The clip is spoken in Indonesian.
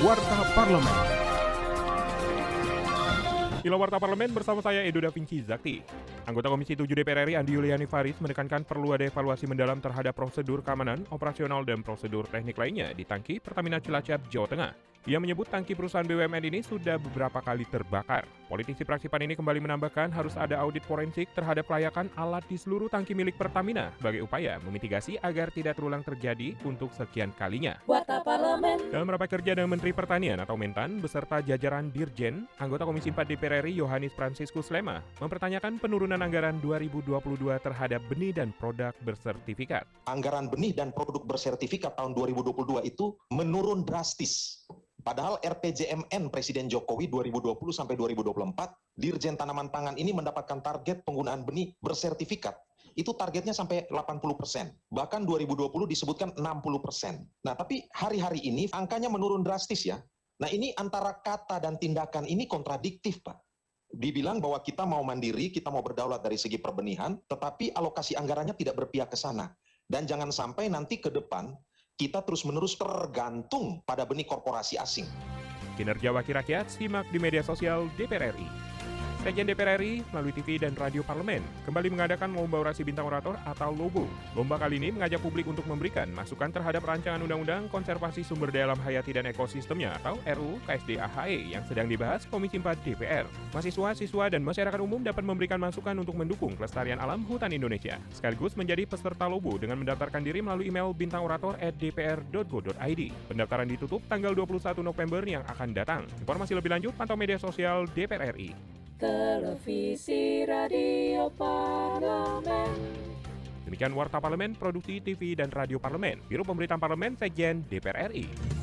Warta Parlemen. Inilah Warta Parlemen bersama saya Edo Da Vinci Zakti. Anggota Komisi 7 DPR RI Andi Yuliani Faris menekankan perlu ada evaluasi mendalam terhadap prosedur keamanan, operasional, dan prosedur teknik lainnya di tangki Pertamina Cilacap, Jawa Tengah. Ia menyebut tangki perusahaan BUMN ini sudah beberapa kali terbakar. Politisi fraksi PAN ini kembali menambahkan harus ada audit forensik terhadap kelayakan alat di seluruh tangki milik Pertamina sebagai upaya memitigasi agar tidak terulang terjadi untuk sekian kalinya. Warta Parlemen. Dalam rapat kerja dengan Menteri Pertanian atau Mentan beserta jajaran Dirjen, anggota Komisi 4 DPR RI Yohanis Franciscus Lema mempertanyakan penurunan anggaran 2022 terhadap benih dan produk bersertifikat. Anggaran benih dan produk bersertifikat tahun 2022 itu menurun drastis. Padahal RPJMN Presiden Jokowi 2020 sampai 2024, Dirjen Tanaman Pangan ini mendapatkan target penggunaan benih bersertifikat. Itu targetnya sampai 80%. Bahkan 2020 disebutkan 60%. Nah, tapi hari-hari ini angkanya menurun drastis ya. Nah, ini antara kata dan tindakan ini kontradiktif, Pak. Dibilang bahwa kita mau mandiri, kita mau berdaulat dari segi perbenihan, tetapi alokasi anggarannya tidak berpihak ke sana. Dan jangan sampai nanti ke depan, kita terus-menerus tergantung pada benih korporasi asing. Kinerja Wakil Rakyat simak di media sosial DPR RI. Sekjen DPR RI melalui TV dan radio parlemen kembali mengadakan lomba orasi bintang orator atau LOBO. Lomba kali ini mengajak publik untuk memberikan masukan terhadap rancangan undang-undang konservasi sumber daya alam hayati dan ekosistemnya atau RUU KSDAHE yang sedang dibahas Komisi 4 DPR. Mahasiswa, siswa, dan masyarakat umum dapat memberikan masukan untuk mendukung kelestarian alam hutan Indonesia. Sekaligus menjadi peserta LOBO dengan mendaftarkan diri melalui email bintangorator@dpr.go.id. Pendaftaran ditutup tanggal 21 November yang akan datang. Informasi lebih lanjut pantau media sosial DPR RI. Televisi Radio Parlemen. Demikian Warta Parlemen, Produksi TV dan Radio Parlemen, Biro Pemberitaan Parlemen, Sekjen DPR RI.